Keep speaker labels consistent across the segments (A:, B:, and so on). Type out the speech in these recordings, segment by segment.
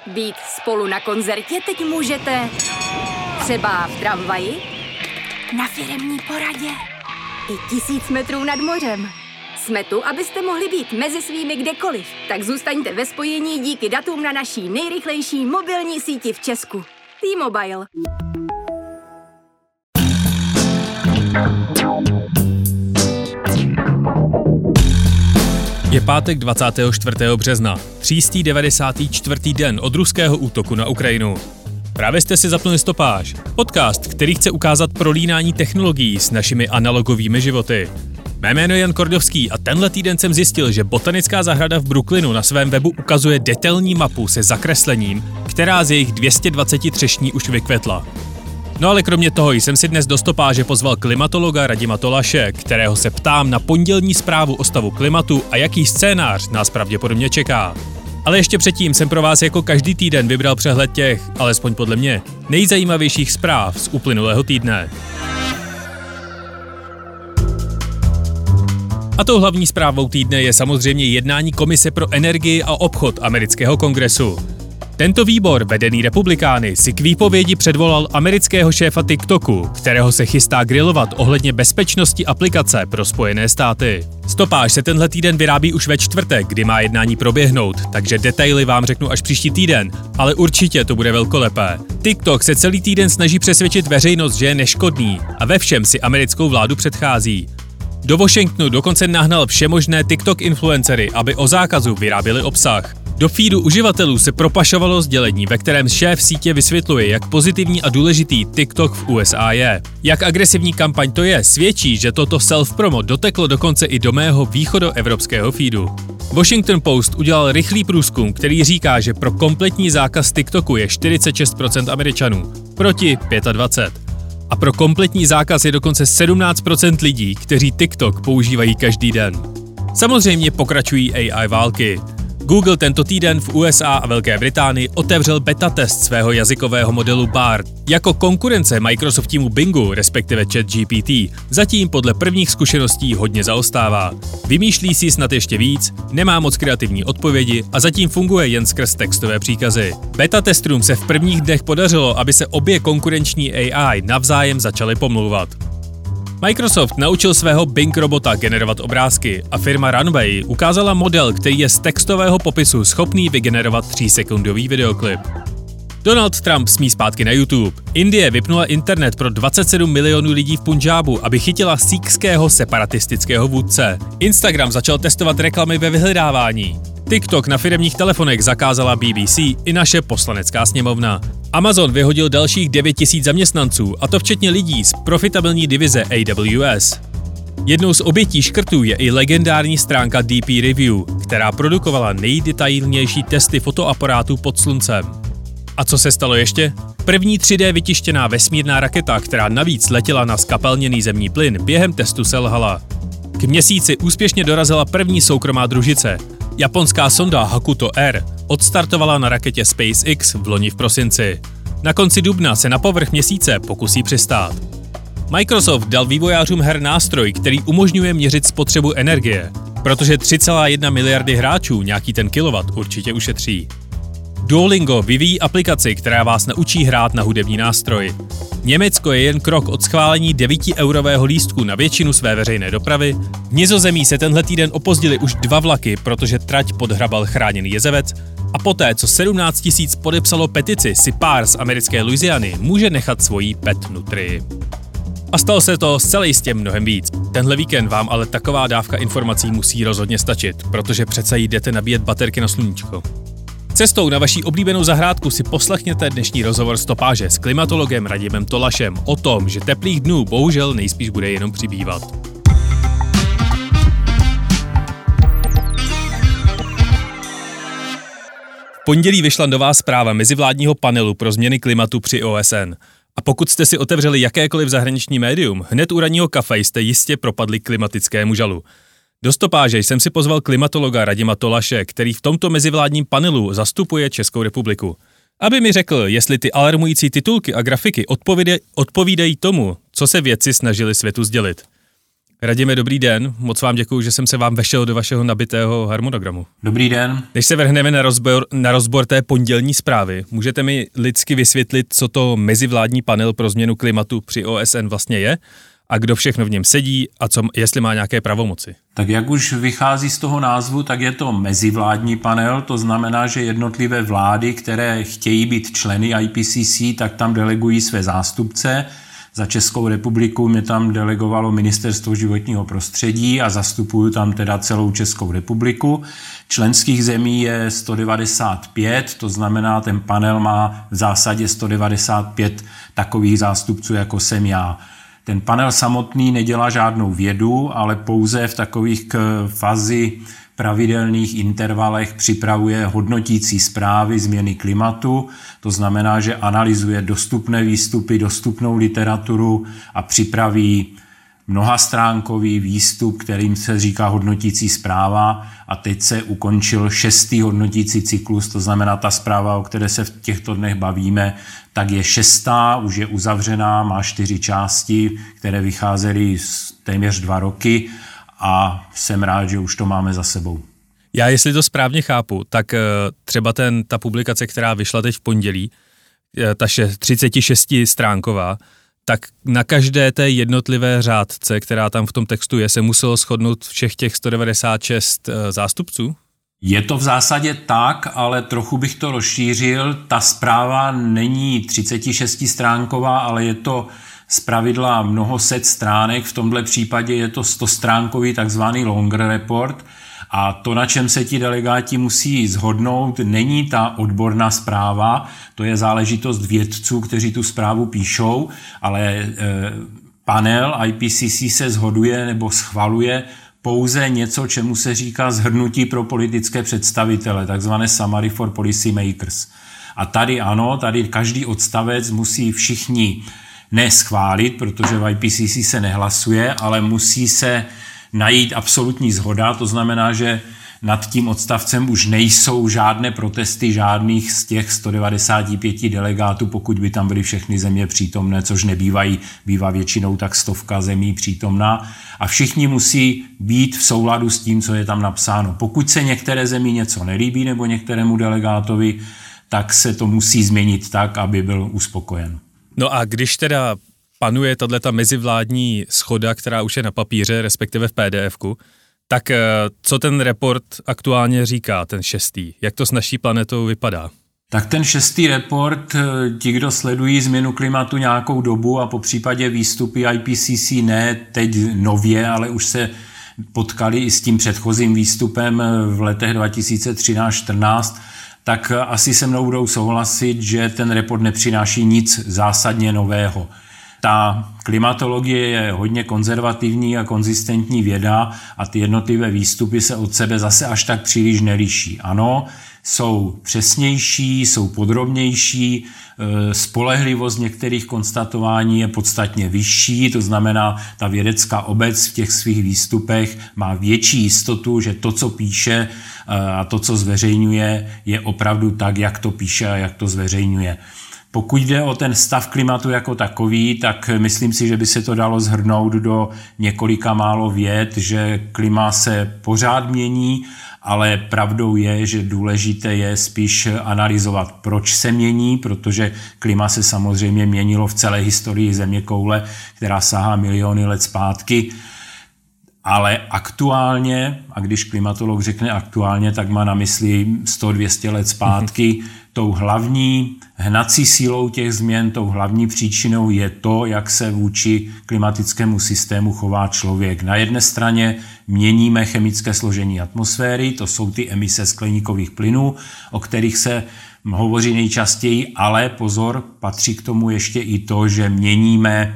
A: Být spolu na koncertě teď můžete třeba v tramvaji, na firemní poradě i 1000 metrů nad mořem. Jsme tu, abyste mohli být mezi svými kdekoliv. Tak zůstaňte ve spojení díky datům na naší nejrychlejší mobilní síti v Česku. T-Mobile.
B: Je pátek 24. března, 394. den od ruského útoku na Ukrajinu. Právě jste si zapnuli Stopáž, podcast, který chce ukázat prolínání technologií s našimi analogovými životy. Mé jméno je Jan Kordovský a tenhle týden jsem zjistil, že botanická zahrada v Brooklynu na svém webu ukazuje detailní mapu se zakreslením, která z jejich 220 třešní už vykvetla. No ale kromě toho jsem si dnes do Stopáže pozval klimatologa Radima Tolaše, kterého se ptám na pondělní zprávu o stavu klimatu a jaký scénář nás pravděpodobně čeká. Ale ještě předtím jsem pro vás jako každý týden vybral přehled těch, alespoň podle mě, nejzajímavějších zpráv z uplynulého týdne. A tou hlavní zprávou týdne je samozřejmě jednání Komise pro energii a obchod amerického kongresu. Tento výbor, vedený republikány, si k výpovědi předvolal amerického šéfa TikToku, kterého se chystá grilovat ohledně bezpečnosti aplikace pro Spojené státy. Stopáž se tenhle týden vyrábí už ve čtvrtek, kdy má jednání proběhnout, takže detaily vám řeknu až příští týden, ale určitě to bude velkolepé. TikTok se celý týden snaží přesvědčit veřejnost, že je neškodný a ve všem si americkou vládu předchází. Do Washingtonu dokonce nahnal všemožné TikTok influencery, aby o zákazu vyráběli obsah. Do feedu uživatelů se propašovalo sdělení, ve kterém šéf sítě vysvětluje, jak pozitivní a důležitý TikTok v USA je. Jak agresivní kampaň to je, svědčí, že toto self-promo doteklo dokonce i do mého východoevropského feedu. Washington Post udělal rychlý průzkum, který říká, že pro kompletní zákaz TikToku je 46% Američanů, proti 25%. A pro kompletní zákaz je dokonce 17% lidí, kteří TikTok používají každý den. Samozřejmě pokračují AI války. Google tento týden v USA a Velké Británii otevřel beta test svého jazykového modelu BARD. Jako konkurence Microsoftímu Bingu, respektive ChatGPT, zatím podle prvních zkušeností hodně zaostává. Vymýšlí si snad ještě víc, nemá moc kreativní odpovědi a zatím funguje jen skrz textové příkazy. Beta testům se v prvních dnech podařilo, aby se obě konkurenční AI navzájem začaly pomlouvat. Microsoft naučil svého Bing robota generovat obrázky a firma Runway ukázala model, který je z textového popisu schopný vygenerovat 3sekundový videoklip. Donald Trump smí zpátky na YouTube. Indie vypnula internet pro 27 milionů lidí v Punjábu, aby chytila síkského separatistického vůdce. Instagram začal testovat reklamy ve vyhledávání. TikTok na firemních telefonech zakázala BBC i naše poslanecká sněmovna. Amazon vyhodil dalších 9000 zaměstnanců, a to včetně lidí z profitabilní divize AWS. Jednou z obětí škrtů je i legendární stránka DP Review, která produkovala nejdetailnější testy fotoaparátů pod sluncem. A co se stalo ještě? První 3D vytištěná vesmírná raketa, která navíc letěla na skapalněný zemní plyn, během testu selhala. K Měsíci úspěšně dorazila první soukromá družice. Japonská sonda Hakuto R odstartovala na raketě SpaceX v loni v prosinci. Na konci dubna se na povrch Měsíce pokusí přistát. Microsoft dal vývojářům her nástroj, který umožňuje měřit spotřebu energie, protože 3,1 miliardy hráčů nějaký ten kilowatt určitě ušetří. Duolingo vyvíjí aplikaci, která vás naučí hrát na hudební nástroj. Německo je jen krok od schválení 9eurového lístku na většinu své veřejné dopravy. V Nizozemí se tenhle týden opozdily už 2 vlaky, protože trať podhrabal chráněný jezevec. A poté, co 17 000 podepsalo petici, si pár z americké Louisiany může nechat svoji pet nutrii. A stalo se to zcela jistě mnohem víc. Tenhle víkend vám ale taková dávka informací musí rozhodně stačit, protože přece jdete nabíjet baterky na sluníčko. Cestou na vaší oblíbenou zahrádku si poslechněte dnešní rozhovor Stopáže s klimatologem Radimem Tolašem o tom, že teplých dnů bohužel nejspíš bude jenom přibývat. V pondělí vyšla nová zpráva mezivládního panelu pro změny klimatu při OSN. A pokud jste si otevřeli jakékoliv zahraniční médium, hned u ranního kafe jste jistě propadli klimatickému žalu. Do Stopáže jsem si pozval klimatologa Radima Tolaše, který v tomto mezivládním panelu zastupuje Českou republiku. Aby mi řekl, jestli ty alarmující titulky a grafiky odpovídají tomu, co se vědci snažili světu sdělit. Radime, dobrý den. Moc vám děkuju, že jsem se vám vešel do vašeho nabitého harmonogramu.
C: Dobrý den.
B: Než se vrhneme na rozbor té pondělní zprávy, můžete mi lidsky vysvětlit, co to mezivládní panel pro změnu klimatu při OSN vlastně je a kdo všechno v něm sedí a jestli má nějaké pravomoci?
C: Tak jak už vychází z toho názvu, tak je to mezivládní panel, to znamená, že jednotlivé vlády, které chtějí být členy IPCC, tak tam delegují své zástupce. Za Českou republiku mě tam delegovalo Ministerstvo životního prostředí a zastupuju tam teda celou Českou republiku. Členských zemí je 195, to znamená, ten panel má v zásadě 195 takových zástupců, jako jsem já. Ten panel samotný nedělá žádnou vědu, ale pouze v takových kvazi pravidelných intervalech připravuje hodnotící zprávy změny klimatu. To znamená, že analyzuje dostupné výstupy, dostupnou literaturu a připraví mnohastránkový výstup, kterým se říká hodnotící zpráva, a teď se ukončil 6. hodnotící cyklus, to znamená ta zpráva, o které se v těchto dnech bavíme, tak je 6., už je uzavřená, má 4 části, které vycházely téměř 2 roky a jsem rád, že už to máme za sebou.
B: Já, jestli to správně chápu, tak třeba ta publikace, která vyšla teď v pondělí, ta 36stránková, tak na každé té jednotlivé řádce, která tam v tom textu je, se muselo shodnout všech těch 196 zástupců?
C: Je to v zásadě tak, ale trochu bych to rozšířil. Ta zpráva není 36stránková, ale je to zpravidla mnoho set stránek. V tomhle případě je to 100stránkový takzvaný longer report. A to, na čem se ti delegáti musí shodnout, není ta odborná zpráva, to je záležitost vědců, kteří tu zprávu píšou, ale panel IPCC se shoduje nebo schvaluje pouze něco, čemu se říká shrnutí pro politické představitele, takzvané summary for policy makers. A tady ano, tady každý odstavec musí všichni neschválit, protože v IPCC se nehlasuje, ale musí se najít absolutní shoda, to znamená, že nad tím odstavcem už nejsou žádné protesty žádných z těch 195 delegátů, pokud by tam byly všechny země přítomné, což nebývají, bývá většinou tak 100 zemí přítomná, a všichni musí být v souladu s tím, co je tam napsáno. Pokud se některé zemi něco nelíbí nebo některému delegátovi, tak se to musí změnit tak, aby byl uspokojen.
B: No a když teda panuje tato mezivládní shoda, která už je na papíře, respektive v PDF-ku, tak co ten report aktuálně říká, ten 6. Jak to s naší planetou vypadá?
C: Tak ten 6. report, ti, kdo sledují změnu klimatu nějakou dobu a po případě výstupy IPCC ne teď nově, ale už se potkali i s tím předchozím výstupem v letech 2013-14, tak asi se mnou budou souhlasit, že ten report nepřináší nic zásadně nového. Ta klimatologie je hodně konzervativní a konzistentní věda a ty jednotlivé výstupy se od sebe zase až tak příliš neliší. Ano, jsou přesnější, jsou podrobnější, spolehlivost některých konstatování je podstatně vyšší, to znamená, ta vědecká obec v těch svých výstupech má větší jistotu, že to, co píše a to, co zveřejňuje, je opravdu tak, jak to píše a jak to zveřejňuje. Pokud jde o ten stav klimatu jako takový, tak myslím si, že by se to dalo shrnout do několika málo vět, že klima se pořád mění, ale pravdou je, že důležité je spíš analyzovat, proč se mění, protože klima se samozřejmě měnilo v celé historii zeměkoule, která sahá miliony let zpátky. Ale aktuálně, a když klimatolog řekne aktuálně, tak má na mysli 100-200 let zpátky, tou hlavní hnací sílou těch změn, tou hlavní příčinou je to, jak se vůči klimatickému systému chová člověk. Na jedné straně měníme chemické složení atmosféry, to jsou ty emise skleníkových plynů, o kterých se hovoří nejčastěji, ale pozor, patří k tomu ještě i to, že měníme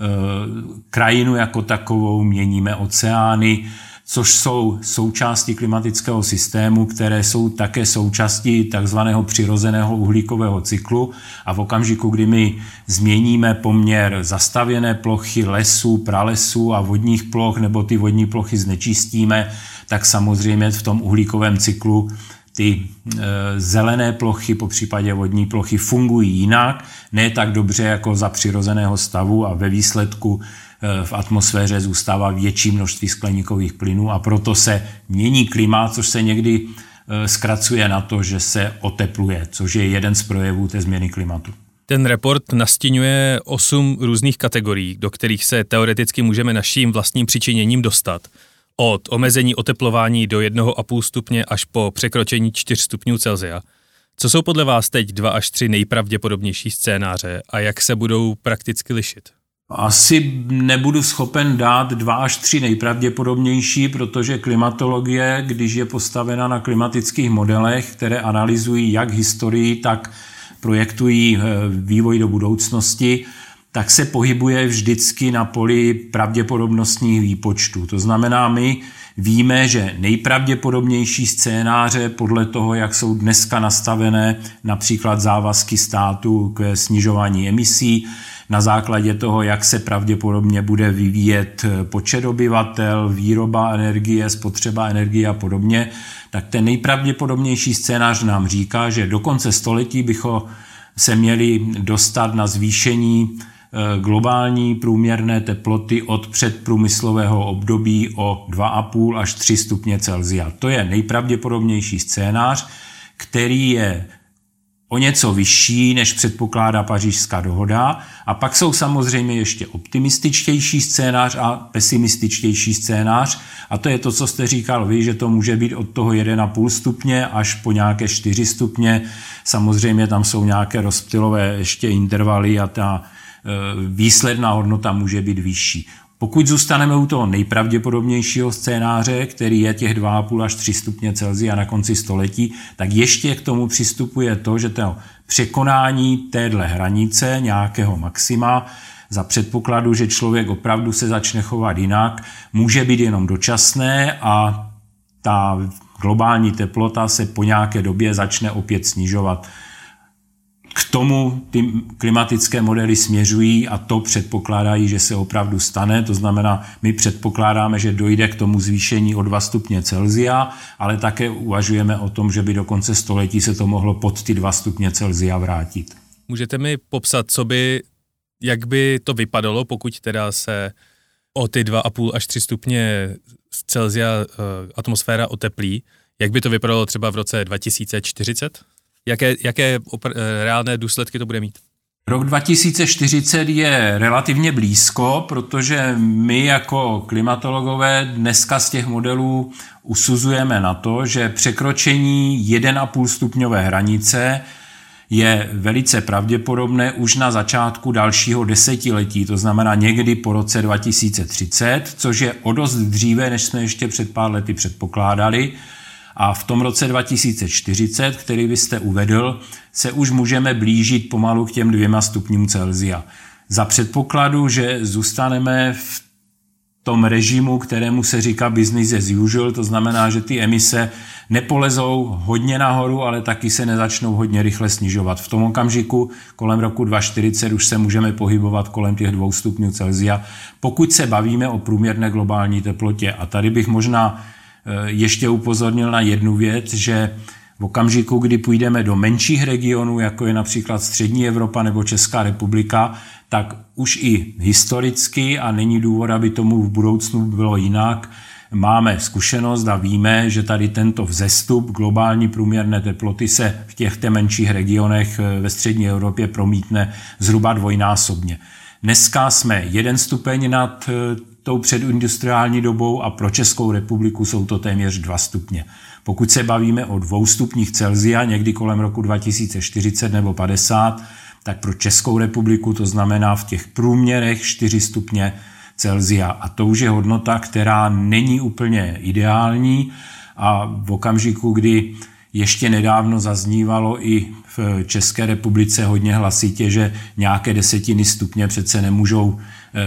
C: krajinu jako takovou, měníme oceány, což jsou součásti klimatického systému, které jsou také součástí takzvaného přirozeného uhlíkového cyklu, a v okamžiku, kdy my změníme poměr zastavěné plochy lesů, pralesů a vodních ploch, nebo ty vodní plochy znečistíme, tak samozřejmě v tom uhlíkovém cyklu ty zelené plochy, po případě vodní plochy, fungují jinak, ne tak dobře jako za přirozeného stavu, a ve výsledku v atmosféře zůstává větší množství skleníkových plynů a proto se mění klima, což se někdy zkracuje na to, že se otepluje, což je jeden z projevů té změny klimatu.
B: Ten report nastiňuje 8 různých kategorií, do kterých se teoreticky můžeme naším vlastním přičiněním dostat. Od omezení oteplování do 1,5 stupně až po překročení 4 stupňů Celsia. Co jsou podle vás teď 2 až 3 nejpravděpodobnější scénáře a jak se budou prakticky lišit?
C: Asi nebudu schopen dát 2 až 3 nejpravděpodobnější, protože klimatologie, když je postavena na klimatických modelech, které analyzují jak historii, tak projektují vývoj do budoucnosti, tak se pohybuje vždycky na poli pravděpodobnostních výpočtů. To znamená, my víme, že nejpravděpodobnější scénáře podle toho, jak jsou dneska nastavené například závazky státu k snižování emisí, na základě toho, jak se pravděpodobně bude vyvíjet počet obyvatel, výroba energie, spotřeba energie a podobně, tak ten nejpravděpodobnější scénář nám říká, že do konce století bychom se měli dostat na zvýšení globální průměrné teploty od předprůmyslového období o 2,5 až 3 stupně Celsia. To je nejpravděpodobnější scénář, který je o něco vyšší, než předpokládá Pařížská dohoda. A pak jsou samozřejmě ještě optimističtější scénář a pesimističtější scénář. A to je to, co jste říkal vy, že to může být od toho 1,5 stupně až po nějaké 4 stupně. Samozřejmě tam jsou nějaké rozptylové ještě intervaly a ta výsledná hodnota může být vyšší. Pokud zůstaneme u toho nejpravděpodobnějšího scénáře, který je těch 2,5 až 3 stupně Celsia na konci století, tak ještě k tomu přistupuje to, že to překonání téhle hranice nějakého maxima za předpokladu, že člověk opravdu se začne chovat jinak, může být jenom dočasné a ta globální teplota se po nějaké době začne opět snižovat. K tomu ty klimatické modely směřují a to předpokládají, že se opravdu stane. To znamená, my předpokládáme, že dojde k tomu zvýšení o 2 stupně Celsia, ale také uvažujeme o tom, že by do konce století se to mohlo pod ty 2 stupně Celsia vrátit.
B: Můžete mi popsat, jak by to vypadalo, pokud teda se o ty 2,5 až 3 stupně Celsia atmosféra oteplí? Jak by to vypadalo třeba v roce 2040? Jaké reálné důsledky to bude mít?
C: Rok 2040 je relativně blízko, protože my jako klimatologové dneska z těch modelů usuzujeme na to, že překročení 1,5 stupňové hranice je velice pravděpodobné už na začátku dalšího desetiletí, to znamená někdy po roce 2030, což je o dost dříve, než jsme ještě před pár lety předpokládali. A v tom roce 2040, který byste uvedl, se už můžeme blížit pomalu k těm 2 stupňům Celsia. Za předpokladu, že zůstaneme v tom režimu, kterému se říká business as usual, to znamená, že ty emise nepolezou hodně nahoru, ale taky se nezačnou hodně rychle snižovat. V tom okamžiku kolem roku 2040 už se můžeme pohybovat kolem těch 2 stupňů Celsia, pokud se bavíme o průměrné globální teplotě. A tady bych možná ještě upozornil na jednu věc, že v okamžiku, kdy půjdeme do menších regionů, jako je například střední Evropa nebo Česká republika, tak už i historicky, a není důvod, aby tomu v budoucnu bylo jinak, máme zkušenost a víme, že tady tento vzestup globální průměrné teploty se v těchto menších regionech ve střední Evropě promítne zhruba dvojnásobně. Dneska jsme 1 stupeň nad tou předindustriální dobou a pro Českou republiku jsou to téměř 2 stupně. Pokud se bavíme o 2 stupních Celsia, někdy kolem roku 2040 nebo 50, tak pro Českou republiku to znamená v těch průměrech 4 stupně Celsia. A to už je hodnota, která není úplně ideální a v okamžiku, kdy ještě nedávno zaznívalo i v České republice hodně hlasitě, že nějaké 10 stupně přece nemůžou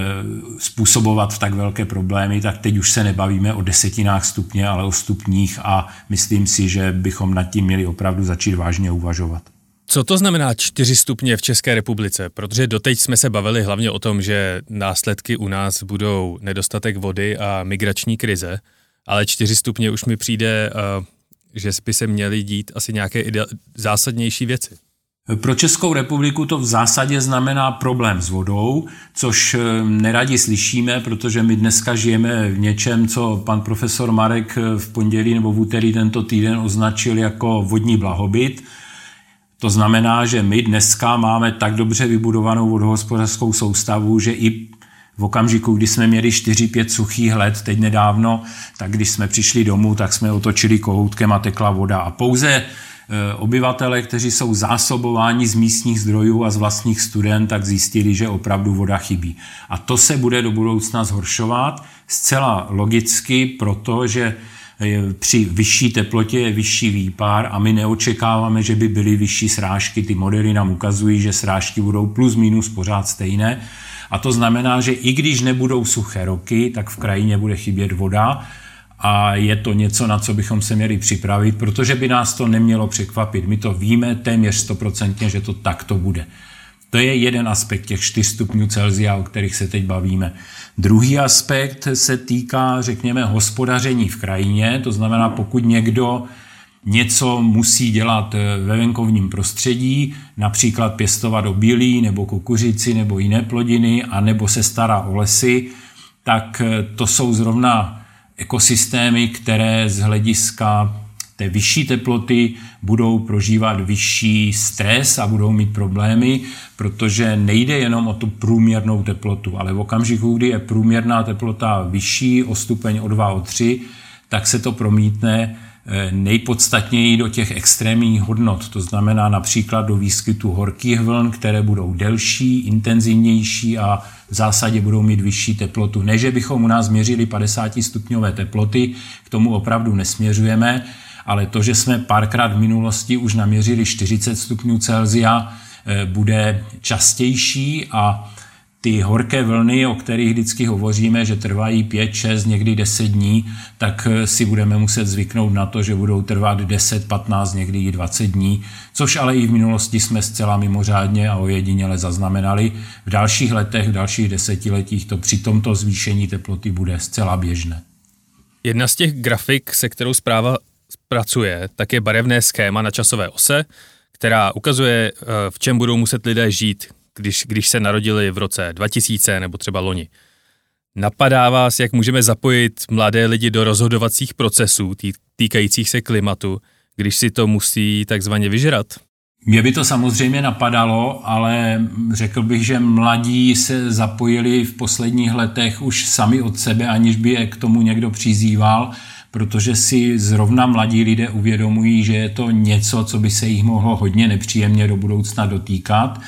C: způsobovat tak velké problémy, tak teď už se nebavíme o 10 stupně, ale o stupních a myslím si, že bychom nad tím měli opravdu začít vážně uvažovat.
B: Co to znamená 4 stupně v České republice? Protože doteď jsme se bavili hlavně o tom, že následky u nás budou nedostatek vody a migrační krize, ale 4 stupně už mi přijde, že by se měly dít asi nějaké zásadnější věci.
C: Pro Českou republiku to v zásadě znamená problém s vodou, což neradi slyšíme, protože my dneska žijeme v něčem, co pan profesor Marek v pondělí nebo v úterý tento týden označil jako vodní blahobyt. To znamená, že my dneska máme tak dobře vybudovanou vodohospodářskou soustavu, že i v okamžiku, kdy jsme měli 4-5 suchých let, teď nedávno, tak když jsme přišli domů, tak jsme otočili kohoutkem a tekla voda. A pouze obyvatele, kteří jsou zásobováni z místních zdrojů a z vlastních studen, tak zjistili, že opravdu voda chybí. A to se bude do budoucna zhoršovat zcela logicky, protože při vyšší teplotě je vyšší výpár a my neočekáváme, že by byly vyšší srážky. Ty modely nám ukazují, že srážky budou plus minus pořád stejné. A to znamená, že i když nebudou suché roky, tak v krajině bude chybět voda a je to něco, na co bychom se měli připravit, protože by nás to nemělo překvapit. My to víme téměř 100%, že to takto bude. To je jeden aspekt těch 4 stupňů Celsia, o kterých se teď bavíme. Druhý aspekt se týká, řekněme, hospodaření v krajině, to znamená, pokud někdo něco musí dělat ve venkovním prostředí, například pěstovat obilí nebo kukuřici nebo jiné plodiny, anebo se stará o lesy, tak to jsou zrovna ekosystémy, které z hlediska té vyšší teploty budou prožívat vyšší stres a budou mít problémy, protože nejde jenom o tu průměrnou teplotu, ale v okamžiku, kdy je průměrná teplota vyšší o stupeň, o 2, o 3, tak se to promítne nejpodstatněji do těch extrémních hodnot. To znamená například do výskytu horkých vln, které budou delší, intenzivnější a v zásadě budou mít vyšší teplotu. Ne, že bychom u nás měřili 50 stupňové teploty, k tomu opravdu nesměřujeme, ale to, že jsme párkrát v minulosti už naměřili 40 stupňů Celsia, bude častější a ty horké vlny, o kterých vždycky hovoříme, že trvají 5, 6, někdy 10 dní, tak si budeme muset zvyknout na to, že budou trvat 10, 15, někdy i 20 dní, což ale i v minulosti jsme zcela mimořádně a ojediněle zaznamenali. V dalších letech, v dalších desetiletích to při tomto zvýšení teploty bude zcela běžné.
B: Jedna z těch grafik, se kterou zpráva pracuje, tak je barevné schéma na časové ose, která ukazuje, v čem budou muset lidé žít, když se narodili v roce 2000 nebo třeba loni. Napadá vás, jak můžeme zapojit mladé lidi do rozhodovacích procesů týkajících se klimatu, když si to musí takzvaně vyžrat?
C: Mě by to samozřejmě napadalo, ale řekl bych, že mladí se zapojili v posledních letech už sami od sebe, aniž by je k tomu někdo přizýval, protože si zrovna mladí lidé uvědomují, že je to něco, co by se jich mohlo hodně nepříjemně do budoucna dotýkat.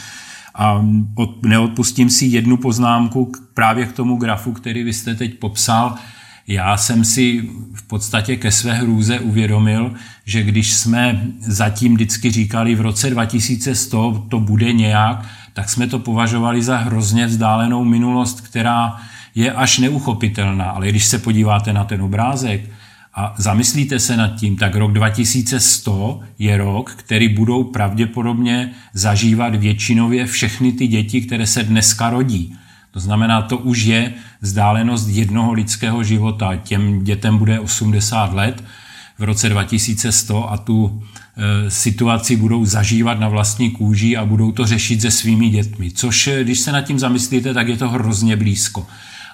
C: A neodpustím si jednu poznámku právě k tomu grafu, který vy jste teď popsal. Já jsem si v podstatě ke své hrůze uvědomil, že když jsme zatím vždycky říkali v roce 2100 to bude nějak, tak jsme to považovali za hrozně vzdálenou minulost, která je až neuchopitelná. Ale když se podíváte na ten obrázek a zamyslíte se nad tím, tak rok 2100 je rok, který budou pravděpodobně zažívat většinově všechny ty děti, které se dneska rodí. To znamená, to už je vzdálenost jednoho lidského života. Těm dětem bude 80 let v roce 2100 a tu situaci budou zažívat na vlastní kůži a budou to řešit se svými dětmi. Což, když se nad tím zamyslíte, tak je to hrozně blízko.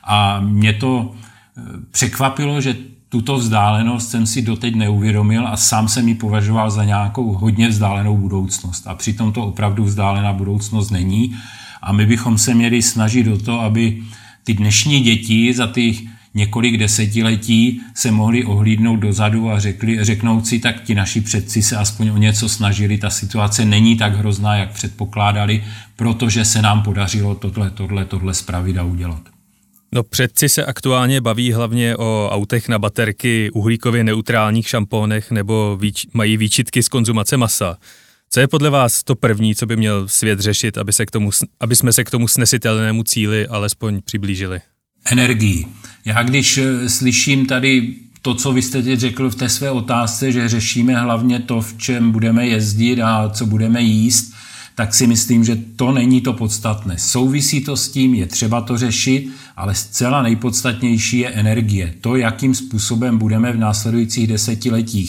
C: A mě to překvapilo, že tuto vzdálenost jsem si doteď neuvědomil a sám jsem ji považoval za nějakou hodně vzdálenou budoucnost. A přitom to opravdu vzdálená budoucnost není. A my bychom se měli snažit o to, aby ty dnešní děti za ty několik desetiletí se mohli ohlídnout dozadu a řeknout si, tak ti naši předci se aspoň o něco snažili. Ta situace není tak hrozná, jak předpokládali, protože se nám podařilo tohle spravit a udělat.
B: No, předci se aktuálně baví hlavně o autech na baterky, uhlíkově neutrálních šampónech nebo mají výčitky z konzumace masa. Co je podle vás to první, co by měl svět řešit, aby jsme se k tomu snesitelnému cíli alespoň přiblížili?
C: Energii. Já když slyším tady to, co vy jste teď řekl v té své otázce, že řešíme hlavně to, v čem budeme jezdit a co budeme jíst, tak si myslím, že to není to podstatné. Souvisí to s tím, je třeba to řešit, ale zcela nejpodstatnější je energie. To, jakým způsobem budeme v následujících desetiletích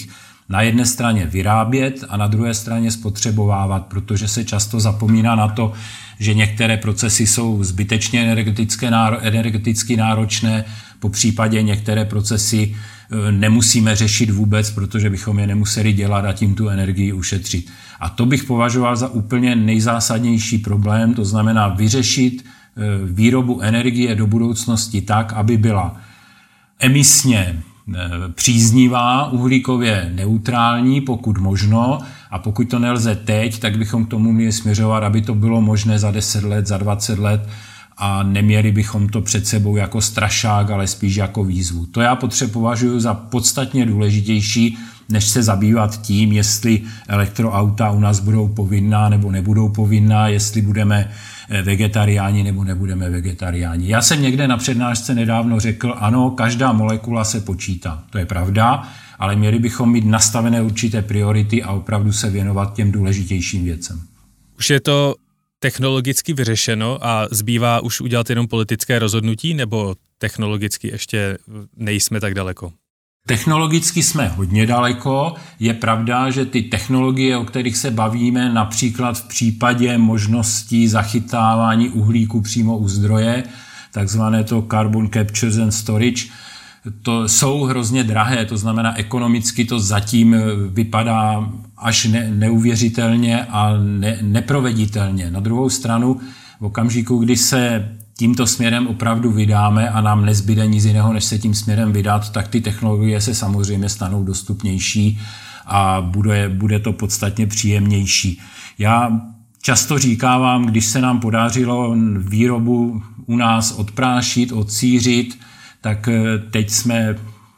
C: Na jedné straně vyrábět a na druhé straně spotřebovávat, protože se často zapomíná na to, že některé procesy jsou zbytečně energeticky náročné, po případě některé procesy nemusíme řešit vůbec, protože bychom je nemuseli dělat a tím tu energii ušetřit. A to bych považoval za úplně nejzásadnější problém, to znamená vyřešit výrobu energie do budoucnosti tak, aby byla emisně příznivá, uhlíkově neutrální, pokud možno, a pokud to nelze teď, tak bychom k tomu měli směřovat, aby to bylo možné za 10 let, za 20 let a neměli bychom to před sebou jako strašák, ale spíš jako výzvu. To já považuji za podstatně důležitější, než se zabývat tím, jestli elektroauta u nás budou povinná nebo nebudou povinná, jestli budeme vegetariáni nebo nebudeme vegetariáni. Já jsem někde na přednášce nedávno řekl, ano, každá molekula se počítá. To je pravda, ale měli bychom mít nastavené určité priority a opravdu se věnovat těm důležitějším věcem.
B: Už je to technologicky vyřešeno a zbývá už udělat jenom politické rozhodnutí, nebo technologicky ještě nejsme tak daleko?
C: Technologicky jsme hodně daleko. Je pravda, že ty technologie, o kterých se bavíme, například v případě možností zachytávání uhlíku přímo u zdroje, takzvané to carbon capture and storage, to jsou hrozně drahé, to znamená ekonomicky to zatím vypadá až neuvěřitelně a neproveditelně. Na druhou stranu, v okamžiku, kdy se tímto směrem opravdu vydáme a nám nezbyde nic jiného, než se tím směrem vydat, tak ty technologie se samozřejmě stanou dostupnější a bude to podstatně příjemnější. Já často říkávám, když se nám podařilo výrobu u nás odprášit, odsířit, tak teď jsme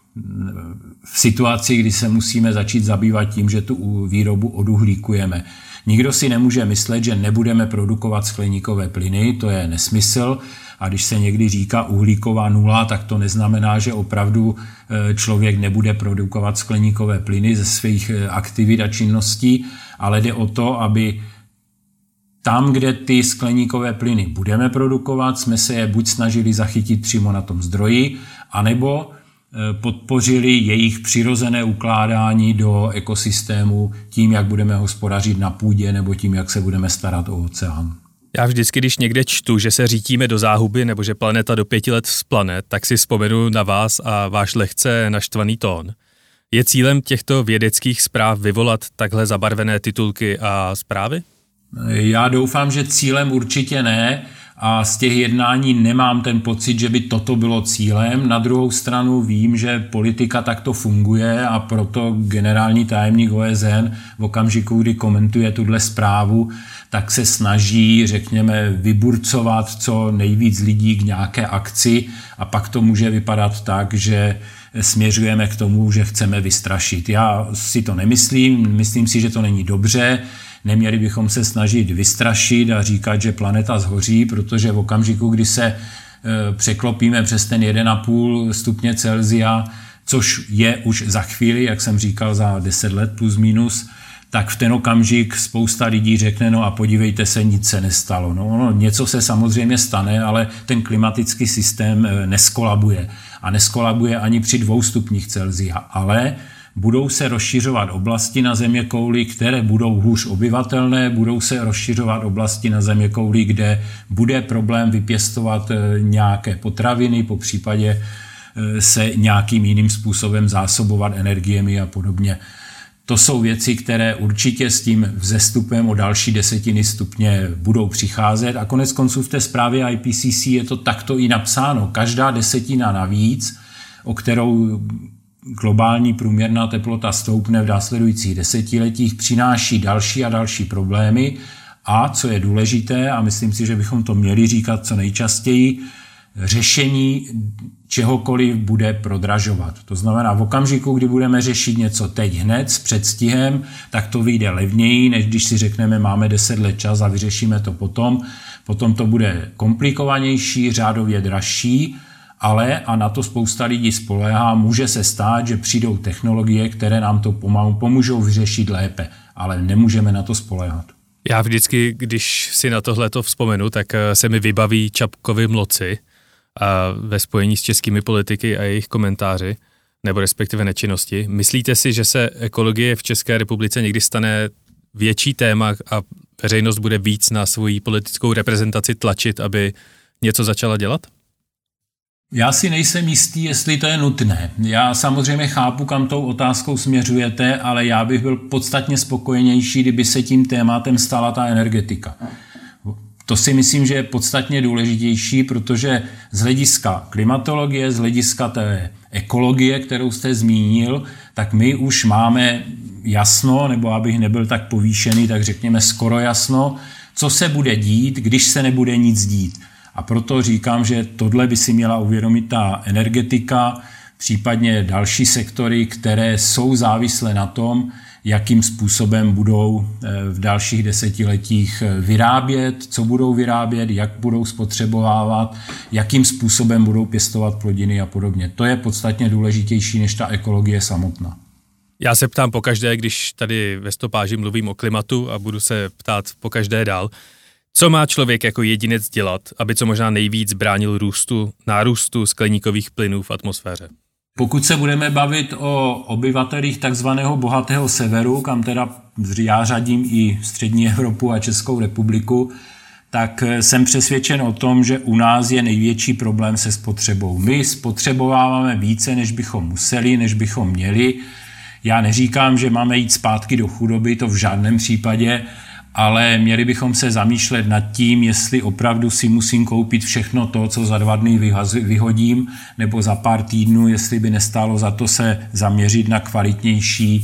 C: v situaci, kdy se musíme začít zabývat tím, že tu výrobu oduhlíkujeme. Nikdo si nemůže myslet, že nebudeme produkovat skleníkové plyny, to je nesmysl. A když se někdy říká uhlíková nula, tak to neznamená, že opravdu člověk nebude produkovat skleníkové plyny ze svých aktivit a činností, ale jde o to, aby tam, kde ty skleníkové plyny budeme produkovat, jsme se je buď snažili zachytit přímo na tom zdroji, anebo podpořili jejich přirozené ukládání do ekosystému tím, jak budeme hospodařit na půdě nebo tím, jak se budeme starat o oceán.
B: Já vždycky, když někde čtu, že se řítíme do záhuby nebo že planeta do 5 let vzplane, tak si vzpomenu na vás a váš lehce naštvaný tón. Je cílem těchto vědeckých zpráv vyvolat takhle zabarvené titulky a zprávy?
C: Já doufám, že cílem určitě ne a z těch jednání nemám ten pocit, že by toto bylo cílem. Na druhou stranu vím, že politika takto funguje a proto generální tajemník OSN v okamžiku, kdy komentuje tuhle zprávu, tak se snaží, řekněme, vyburcovat co nejvíc lidí k nějaké akci a pak to může vypadat tak, že směřujeme k tomu, že chceme vystrašit. Já si to nemyslím, myslím si, že to není dobře. Neměli bychom se snažit vystrašit a říkat, že planeta zhoří, protože v okamžiku, kdy se překlopíme přes ten 1,5 stupně Celsia, což je už za chvíli, jak jsem říkal, za 10 let plus minus, tak v ten okamžik spousta lidí řekne, no a podívejte se, nic se nestalo. No, něco se samozřejmě stane, ale ten klimatický systém neskolabuje. A neskolabuje ani při 2 stupních Celsia, ale budou se rozšiřovat oblasti na zeměkouli, které budou hůř obyvatelné, budou se rozšiřovat oblasti na zeměkouli, kde bude problém vypěstovat nějaké potraviny, po případě se nějakým jiným způsobem zásobovat energiemi a podobně. To jsou věci, které určitě s tím vzestupem o další 10 stupně budou přicházet a konec konců v té zprávě IPCC je to takto i napsáno. Každá 10 navíc, o kterou globální průměrná teplota stoupne v následujících desetiletích, přináší další a další problémy a, co je důležité, a myslím si, že bychom to měli říkat co nejčastěji, řešení čehokoliv bude prodražovat. To znamená, v okamžiku, kdy budeme řešit něco teď hned s předstihem, tak to vyjde levněji, než když si řekneme, máme 10 let čas a vyřešíme to potom. Potom to bude komplikovanější, řádově dražší, ale, a na to spousta lidí spoléhá, může se stát, že přijdou technologie, které nám to pomůžou vyřešit lépe, ale nemůžeme na to spoléhat.
B: Já vždycky, když si na tohleto vzpomenu, tak se mi vybaví Čapkovy mloci a ve spojení s českými politiky a jejich komentáři. nebo respektive nečinnosti. Myslíte si, že se ekologie v České republice někdy stane větší téma a veřejnost bude víc na svoji politickou reprezentaci tlačit, aby něco začala dělat?
C: Já si nejsem jistý, jestli to je nutné. Já samozřejmě chápu, kam tou otázkou směřujete, ale já bych byl podstatně spokojenější, kdyby se tím tématem stala ta energetika. To si myslím, že je podstatně důležitější, protože z hlediska klimatologie, z hlediska té ekologie, kterou jste zmínil, tak my už máme jasno, nebo abych nebyl tak povýšený, tak řekněme skoro jasno, co se bude dít, když se nebude nic dít. A proto říkám, že tohle by si měla uvědomit ta energetika, případně další sektory, které jsou závislé na tom, jakým způsobem budou v dalších desetiletích vyrábět, co budou vyrábět, jak budou spotřebovávat, jakým způsobem budou pěstovat plodiny a podobně. To je podstatně důležitější než ta ekologie samotná.
B: Já se ptám pokaždé, když tady ve Stopáži mluvím o klimatu a budu se ptát pokaždé dál, co má člověk jako jedinec dělat, aby co možná nejvíc bránil nárůstu skleníkových plynů v atmosféře?
C: Pokud se budeme bavit o obyvatelích takzvaného bohatého severu, kam teda já řadím i střední Evropu a Českou republiku, tak jsem přesvědčen o tom, že u nás je největší problém se spotřebou. My spotřebováváme více, než bychom museli, než bychom měli. Já neříkám, že máme jít zpátky do chudoby, to v žádném případě, ale měli bychom se zamýšlet nad tím, jestli opravdu si musím koupit všechno to, co za 2 dny vyhodím, nebo za pár týdnů, jestli by nestálo za to se zaměřit na kvalitnější,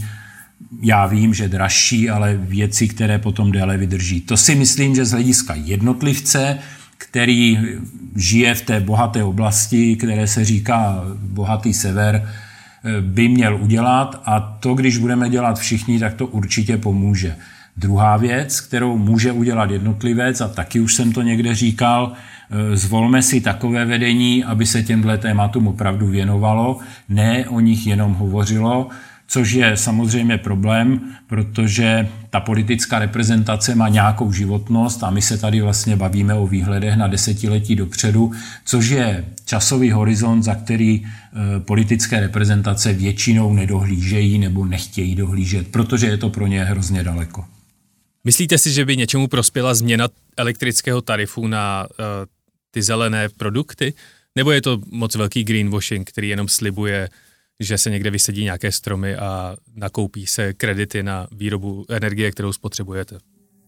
C: já vím, že dražší, ale věci, které potom déle vydrží. To si myslím, že z hlediska jednotlivce, který žije v té bohaté oblasti, které se říká bohatý sever, by měl udělat, a to, když budeme dělat všichni, tak to určitě pomůže. Druhá věc, kterou může udělat jednotlivec, a taky už jsem to někde říkal, zvolme si takové vedení, aby se těmhle tématům opravdu věnovalo, ne o nich jenom hovořilo, což je samozřejmě problém, protože ta politická reprezentace má nějakou životnost a my se tady vlastně bavíme o výhledech na desetiletí dopředu, což je časový horizont, za který politické reprezentace většinou nedohlížejí nebo nechtějí dohlížet, protože je to pro ně hrozně daleko.
B: Myslíte si, že by něčemu prospěla změna elektrického tarifu na ty zelené produkty? Nebo je to moc velký greenwashing, který jenom slibuje, že se někde vysadí nějaké stromy a nakoupí se kredity na výrobu energie, kterou spotřebujete?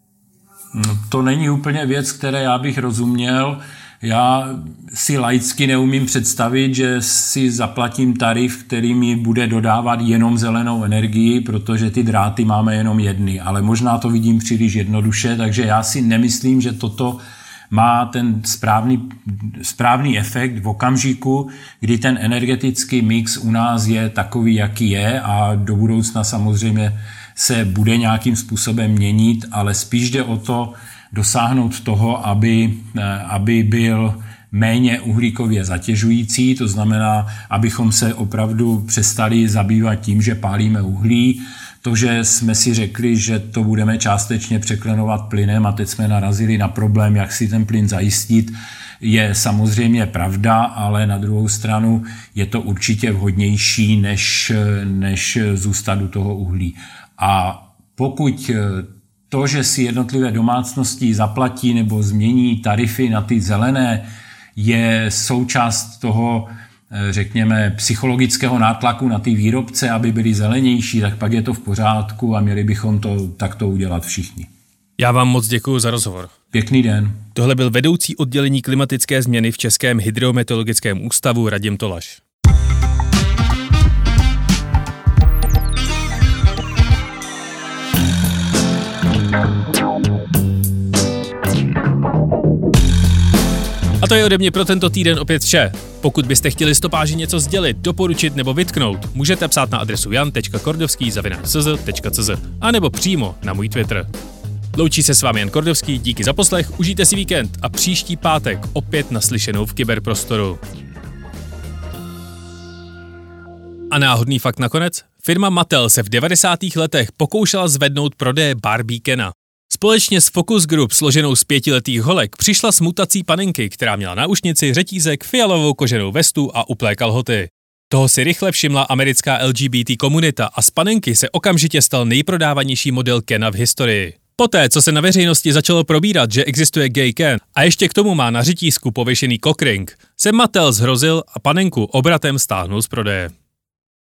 C: To není úplně věc, které já bych rozuměl. Já si laicky neumím představit, že si zaplatím tarif, který mi bude dodávat jenom zelenou energii, protože ty dráty máme jenom jedny, ale možná to vidím příliš jednoduše, takže já si nemyslím, že toto má ten správný efekt v okamžiku, kdy ten energetický mix u nás je takový, jaký je, a do budoucna samozřejmě se bude nějakým způsobem měnit, ale spíš jde o to dosáhnout toho, aby byl méně uhlíkově zatěžující, to znamená, abychom se opravdu přestali zabývat tím, že pálíme uhlí. To, že jsme si řekli, že to budeme částečně překlenovat plynem a teď jsme narazili na problém, jak si ten plyn zajistit, je samozřejmě pravda, ale na druhou stranu je to určitě vhodnější, než zůstat u toho uhlí. A pokud to, že si jednotlivé domácnosti zaplatí nebo změní tarify na ty zelené, je součást toho, řekněme, psychologického nátlaku na ty výrobce, aby byli zelenější, tak pak je to v pořádku a měli bychom to takto udělat všichni.
B: Já vám moc děkuji za rozhovor.
C: Pěkný den.
B: Tohle byl vedoucí oddělení klimatické změny v Českém hydrometeorologickém ústavu Radim Tolaš. A to je ode mě pro tento týden opět vše. Pokud byste chtěli Stopáži něco sdělit, doporučit nebo vytknout, můžete psát na adresu jan.kordovský@cz a nebo přímo na můj Twitter. Loučí se s vámi Jan Kordovský, díky za poslech, užijte si víkend a příští pátek opět naslyšenou v kyberprostoru. A náhodný fakt nakonec? Firma Mattel se v 90. letech pokoušela zvednout prodeje Barbie Kena. Společně s Focus Group, složenou z 5letých holek, přišla s mutací panenky, která měla náušnici, řetízek, fialovou koženou vestu a uplé kalhoty. Toho si rychle všimla americká LGBT komunita a z panenky se okamžitě stal nejprodávanější model Kena v historii. Poté, co se na veřejnosti začalo probírat, že existuje gay Ken a ještě k tomu má na řitízku pověšený cockring, se Mattel zhrozil a panenku obratem stáhnul z prodeje.